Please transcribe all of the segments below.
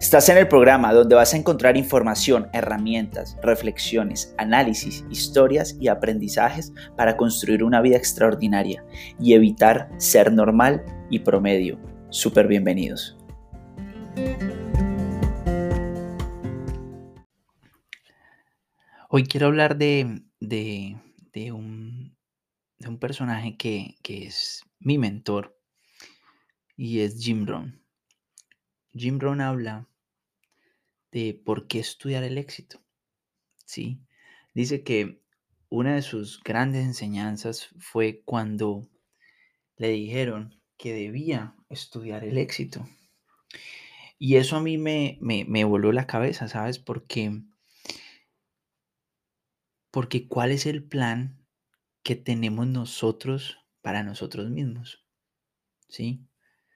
Estás en el programa donde vas a encontrar información, herramientas, reflexiones, análisis, historias y aprendizajes para construir una vida extraordinaria y evitar ser normal y promedio. Súper bienvenidos. Hoy quiero hablar de un personaje que es mi mentor y es Jim Rohn. Jim Rohn habla de por qué estudiar el éxito. ¿Sí? Dice que una de sus grandes enseñanzas fue cuando le dijeron que debía estudiar el éxito. Y eso a mí me voló la cabeza, ¿sabes? Porque ¿cuál es el plan que tenemos nosotros para nosotros mismos? ¿Sí?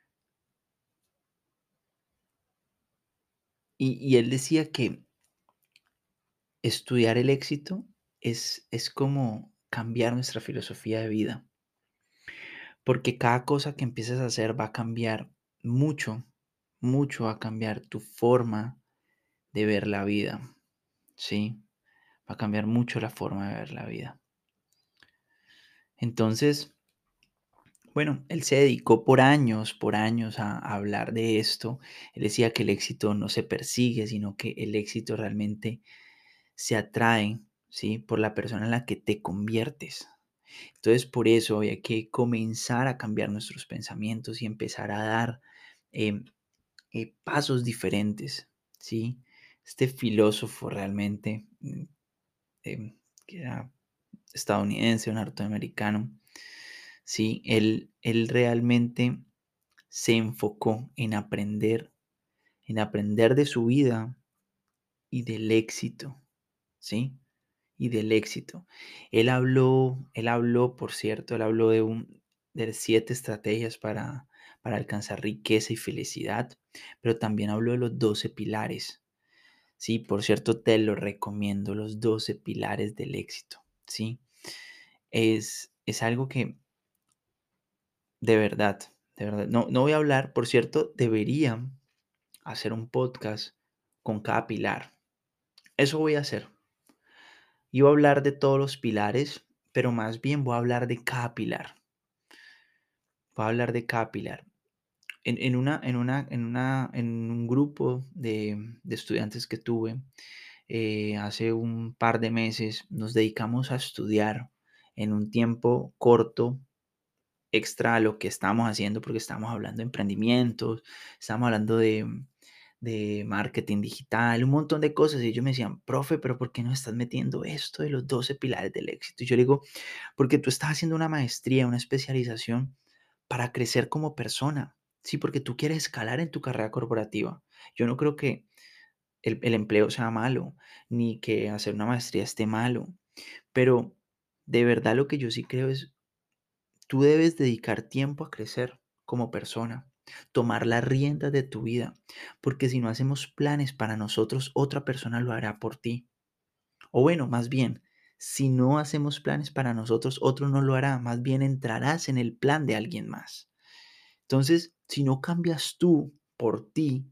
Y él decía que estudiar el éxito es como cambiar nuestra filosofía de vida. Porque cada cosa que empieces a hacer va a cambiar mucho, mucho va a cambiar tu forma de ver la vida, ¿sí? Va a cambiar mucho la forma de ver la vida. Entonces, bueno, él se dedicó por años a hablar de esto. Él decía que el éxito no se persigue, sino que el éxito realmente se atrae, ¿sí? Por la persona en la que te conviertes. Entonces, por eso hay que comenzar a cambiar nuestros pensamientos y empezar a dar em, pasos diferentes, ¿sí? Este filósofo realmente, que era estadounidense o norteamericano, ¿sí? Él realmente se enfocó en aprender de su vida y del éxito, ¿sí? Y del éxito. Por cierto, él habló de 7 estrategias para alcanzar riqueza y felicidad, pero también habló de los 12 pilares. Sí, por cierto, te lo recomiendo, los 12 pilares del éxito, ¿sí? Es algo que de verdad, no voy a hablar, por cierto, debería hacer un podcast con cada pilar. Eso voy a hacer. Iba a hablar de todos los pilares, pero más bien voy a hablar de cada pilar. Voy a hablar de cada pilar. En un grupo de estudiantes que tuve hace un par de meses, nos dedicamos a estudiar en un tiempo corto, extra a lo que estamos haciendo, porque estamos hablando de emprendimientos, estamos hablando de marketing digital, un montón de cosas. Y ellos me decían, profe, pero ¿por qué no estás metiendo esto de los 12 pilares del éxito? Y yo le digo, porque tú estás haciendo una maestría, una especialización para crecer como persona. Sí, porque tú quieres escalar en tu carrera corporativa. Yo no creo que el empleo sea malo, ni que hacer una maestría esté malo, pero de verdad lo que yo sí creo es, tú debes dedicar tiempo a crecer como persona, tomar las riendas de tu vida, porque si no hacemos planes para nosotros, otra persona lo hará por ti. O bueno, más bien, si no hacemos planes para nosotros, otro no lo hará, más bien entrarás en el plan de alguien más. Entonces, si no cambias tú por ti,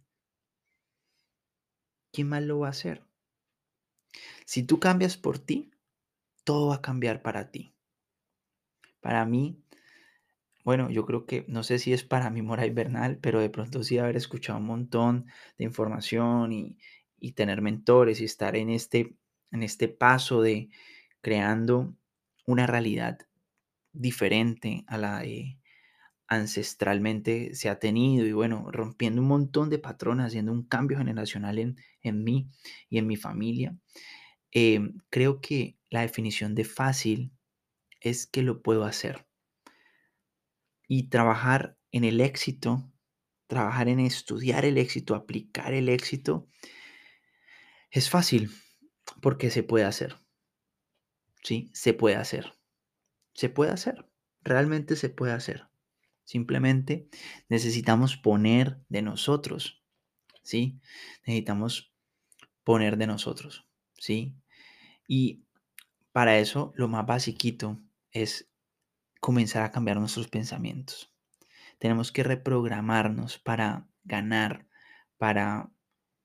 ¿quién más lo va a hacer? Si tú cambias por ti, todo va a cambiar para ti. Para mí, bueno, yo creo que, no sé si es para mí Mora Bernal, pero de pronto sí haber escuchado un montón de información y tener mentores y estar en este paso de creando una realidad diferente a la de ancestralmente se ha tenido y bueno, rompiendo un montón de patrones, haciendo un cambio generacional en mí y en mi familia. Creo que la definición de fácil es que lo puedo hacer y trabajar en el éxito, trabajar en estudiar el éxito, aplicar el éxito, es fácil porque se puede hacer, ¿sí? Se puede hacer, se puede hacer, realmente se puede hacer. Simplemente necesitamos poner de nosotros, ¿sí? Necesitamos poner de nosotros, ¿sí? Y para eso lo más basiquito es comenzar a cambiar nuestros pensamientos. Tenemos que reprogramarnos para ganar, para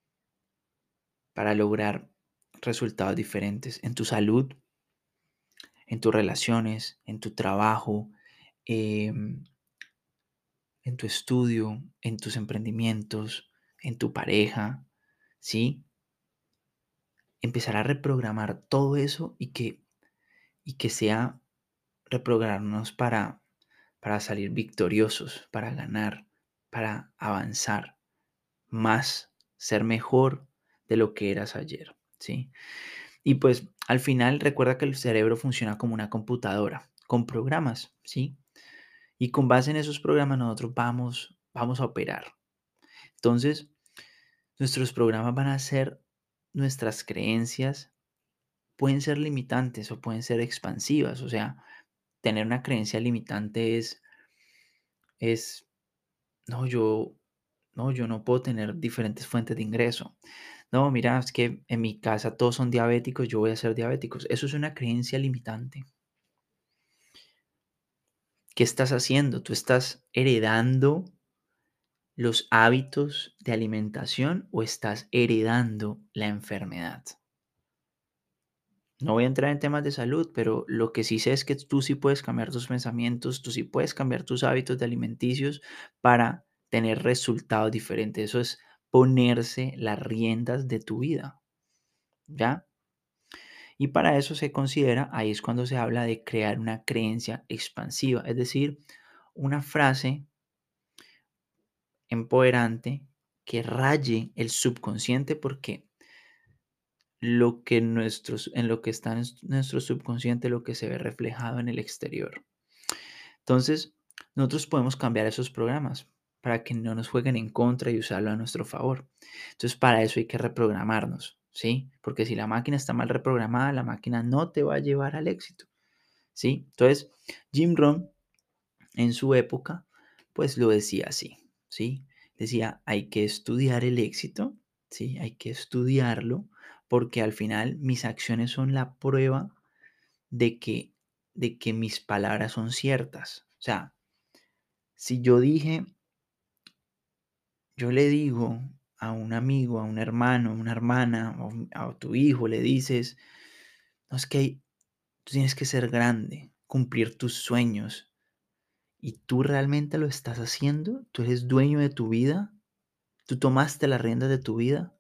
para lograr resultados diferentes en tu salud, en tus relaciones, en tu trabajo, em, en tu estudio, en tus emprendimientos, en tu pareja, ¿sí? Empezar a reprogramar todo eso y que sea reprogramarnos para salir victoriosos, para ganar, para avanzar más, ser mejor de lo que eras ayer, ¿sí? Y pues al final recuerda que el cerebro funciona como una computadora con programas, ¿sí? Y con base en esos programas nosotros vamos a operar. Entonces, nuestros programas van a ser nuestras creencias, pueden ser limitantes o pueden ser expansivas. O sea, tener una creencia limitante es no, yo no puedo tener diferentes fuentes de ingreso. No, mira, es que en mi casa todos son diabéticos, yo voy a ser diabéticos. Eso es una creencia limitante. ¿Qué estás haciendo? Tú estás heredando los hábitos de alimentación o estás heredando la enfermedad. No voy a entrar en temas de salud, pero lo que sí sé es que tú sí puedes cambiar tus pensamientos, tú sí puedes cambiar tus hábitos de alimenticios para tener resultados diferentes. Eso es ponerse las riendas de tu vida, ¿ya? Y para eso se considera, ahí es cuando se habla de crear una creencia expansiva, es decir, una frase empoderante que raye el subconsciente porque en lo que está en nuestro subconsciente, lo que se ve reflejado en el exterior. Entonces, nosotros podemos cambiar esos programas para que no nos jueguen en contra y usarlo a nuestro favor. Entonces, para eso hay que reprogramarnos, ¿sí? Porque si la máquina está mal reprogramada, la máquina no te va a llevar al éxito, ¿sí? Entonces, Jim Rohn en su época, pues lo decía así, ¿sí? Decía, hay que estudiar el éxito, ¿sí? Hay que estudiarlo porque al final mis acciones son la prueba de que, de que mis palabras son ciertas. O sea, si yo le digo a un amigo, a un hermano, a una hermana, a tu hijo, le dices, no es que tú tienes que ser grande, cumplir tus sueños, y tú realmente lo estás haciendo, tú eres dueño de tu vida, tú tomaste las riendas de tu vida,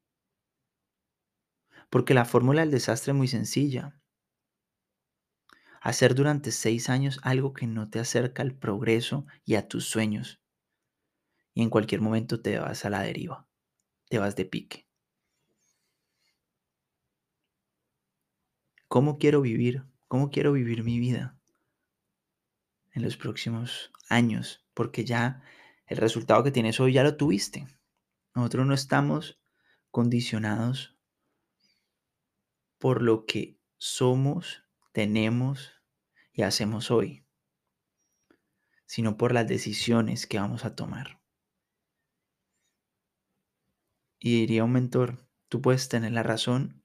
porque la fórmula del desastre es muy sencilla. Hacer durante 6 años algo que no te acerca al progreso y a tus sueños, y en cualquier momento te vas a la deriva, te vas de pique. ¿Cómo quiero vivir? ¿Cómo quiero vivir mi vida en los próximos años? Porque ya el resultado que tienes hoy ya lo tuviste. Nosotros no estamos condicionados por lo que somos, tenemos y hacemos hoy, sino por las decisiones que vamos a tomar. Y diría un mentor, tú puedes tener la razón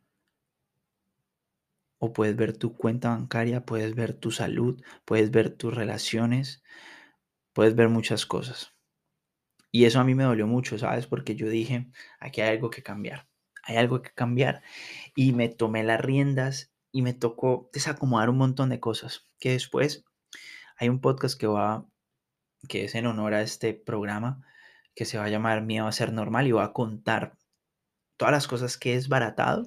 o puedes ver tu cuenta bancaria, puedes ver tu salud, puedes ver tus relaciones, puedes ver muchas cosas. Y eso a mí me dolió mucho, ¿sabes? Porque yo dije, aquí hay algo que cambiar, hay algo que cambiar. Y me tomé las riendas y me tocó desacomodar un montón de cosas. Que después hay un podcast que es en honor a este programa, que se va a llamar Miedo a ser normal y va a contar todas las cosas que he desbaratado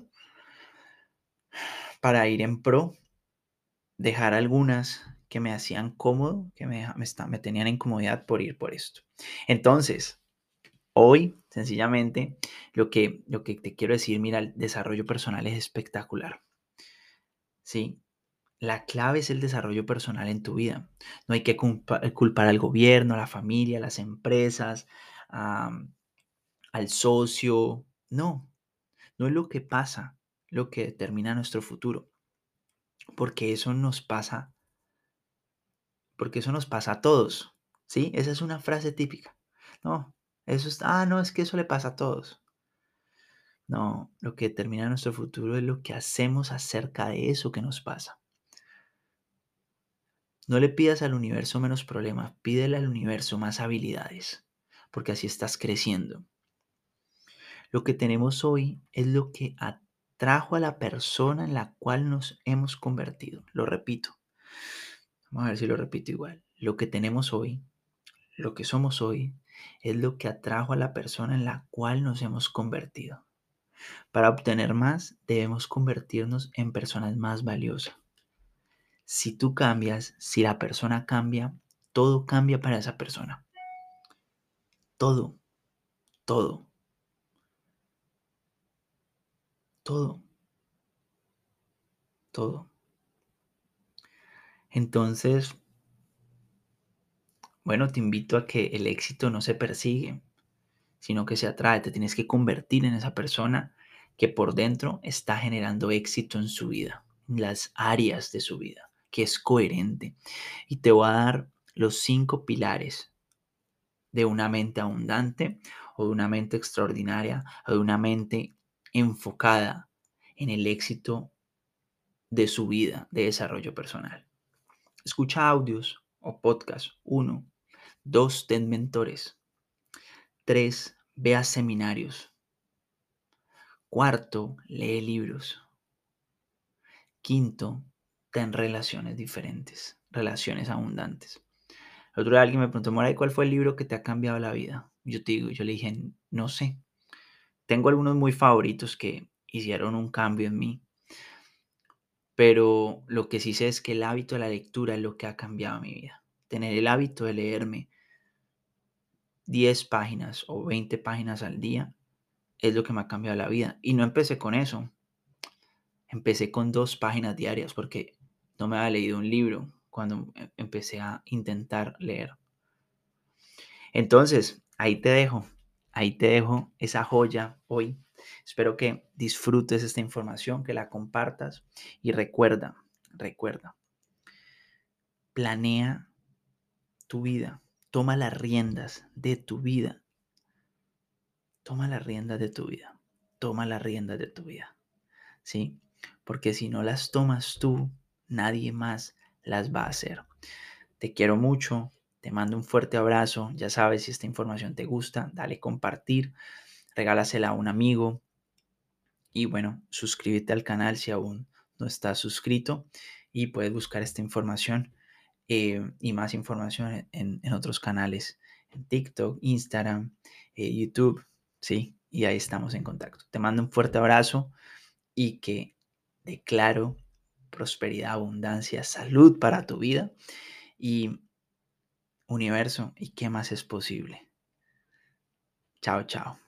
para ir en pro, dejar algunas que me hacían cómodo, que me tenían en comodidad por ir por esto. Entonces, hoy, sencillamente, lo que te quiero decir, mira, el desarrollo personal es espectacular, ¿sí? La clave es el desarrollo personal en tu vida. No hay que culpar al gobierno, a la familia, a las empresas, al socio. No, no es lo que pasa lo que determina nuestro futuro, porque eso nos pasa, porque eso nos pasa a todos, ¿sí? Esa es una frase típica. No, no, es que eso le pasa a todos. No, lo que determina nuestro futuro es lo que hacemos acerca de eso que nos pasa. No le pidas al universo menos problemas, pídele al universo más habilidades, porque así estás creciendo. Lo que tenemos hoy es lo que atrajo a la persona en la cual nos hemos convertido. Lo repito, vamos a ver si lo repito igual. Lo que tenemos hoy, lo que somos hoy, es lo que atrajo a la persona en la cual nos hemos convertido. Para obtener más, debemos convertirnos en personas más valiosas. Si tú cambias, si la persona cambia, todo cambia para esa persona. Todo, todo, todo, todo. Entonces, bueno, te invito a que el éxito no se persigue, sino que se atrae. Te tienes que convertir en esa persona que por dentro está generando éxito en su vida, en las áreas de su vida, que es coherente. Y te voy a dar los 5 pilares de una mente abundante o de una mente extraordinaria o de una mente enfocada en el éxito de su vida de desarrollo personal. Escucha audios o podcasts. 1. 2. Ten mentores. 3. Ve a seminarios. 4. Lee libros. 5. Ten relaciones diferentes, relaciones abundantes. El otro día alguien me preguntó, Moray, ¿cuál fue el libro que te ha cambiado la vida? Yo le dije, no sé. Tengo algunos muy favoritos que hicieron un cambio en mí, pero lo que sí sé es que el hábito de la lectura es lo que ha cambiado mi vida. Tener el hábito de leerme 10 páginas o 20 páginas al día es lo que me ha cambiado la vida. Y no empecé con eso. Empecé con 2 páginas diarias porque no me había leído un libro cuando empecé a intentar leer. Entonces, ahí te dejo esa joya hoy. Espero que disfrutes esta información, que la compartas y recuerda, planea tu vida, toma las riendas de tu vida, toma las riendas de tu vida, toma las riendas de tu vida, ¿sí? Porque si no las tomas tú, nadie más las va a hacer. Te quiero mucho, te mando un fuerte abrazo, ya sabes, si esta información te gusta, dale compartir, regálasela a un amigo y bueno, suscríbete al canal si aún no estás suscrito y puedes buscar esta información y más información en otros canales, en TikTok, Instagram, YouTube, ¿sí? Y ahí estamos en contacto. Te mando un fuerte abrazo y que declaro prosperidad, abundancia, salud para tu vida y universo. ¿Y qué más es posible? Chao, chao.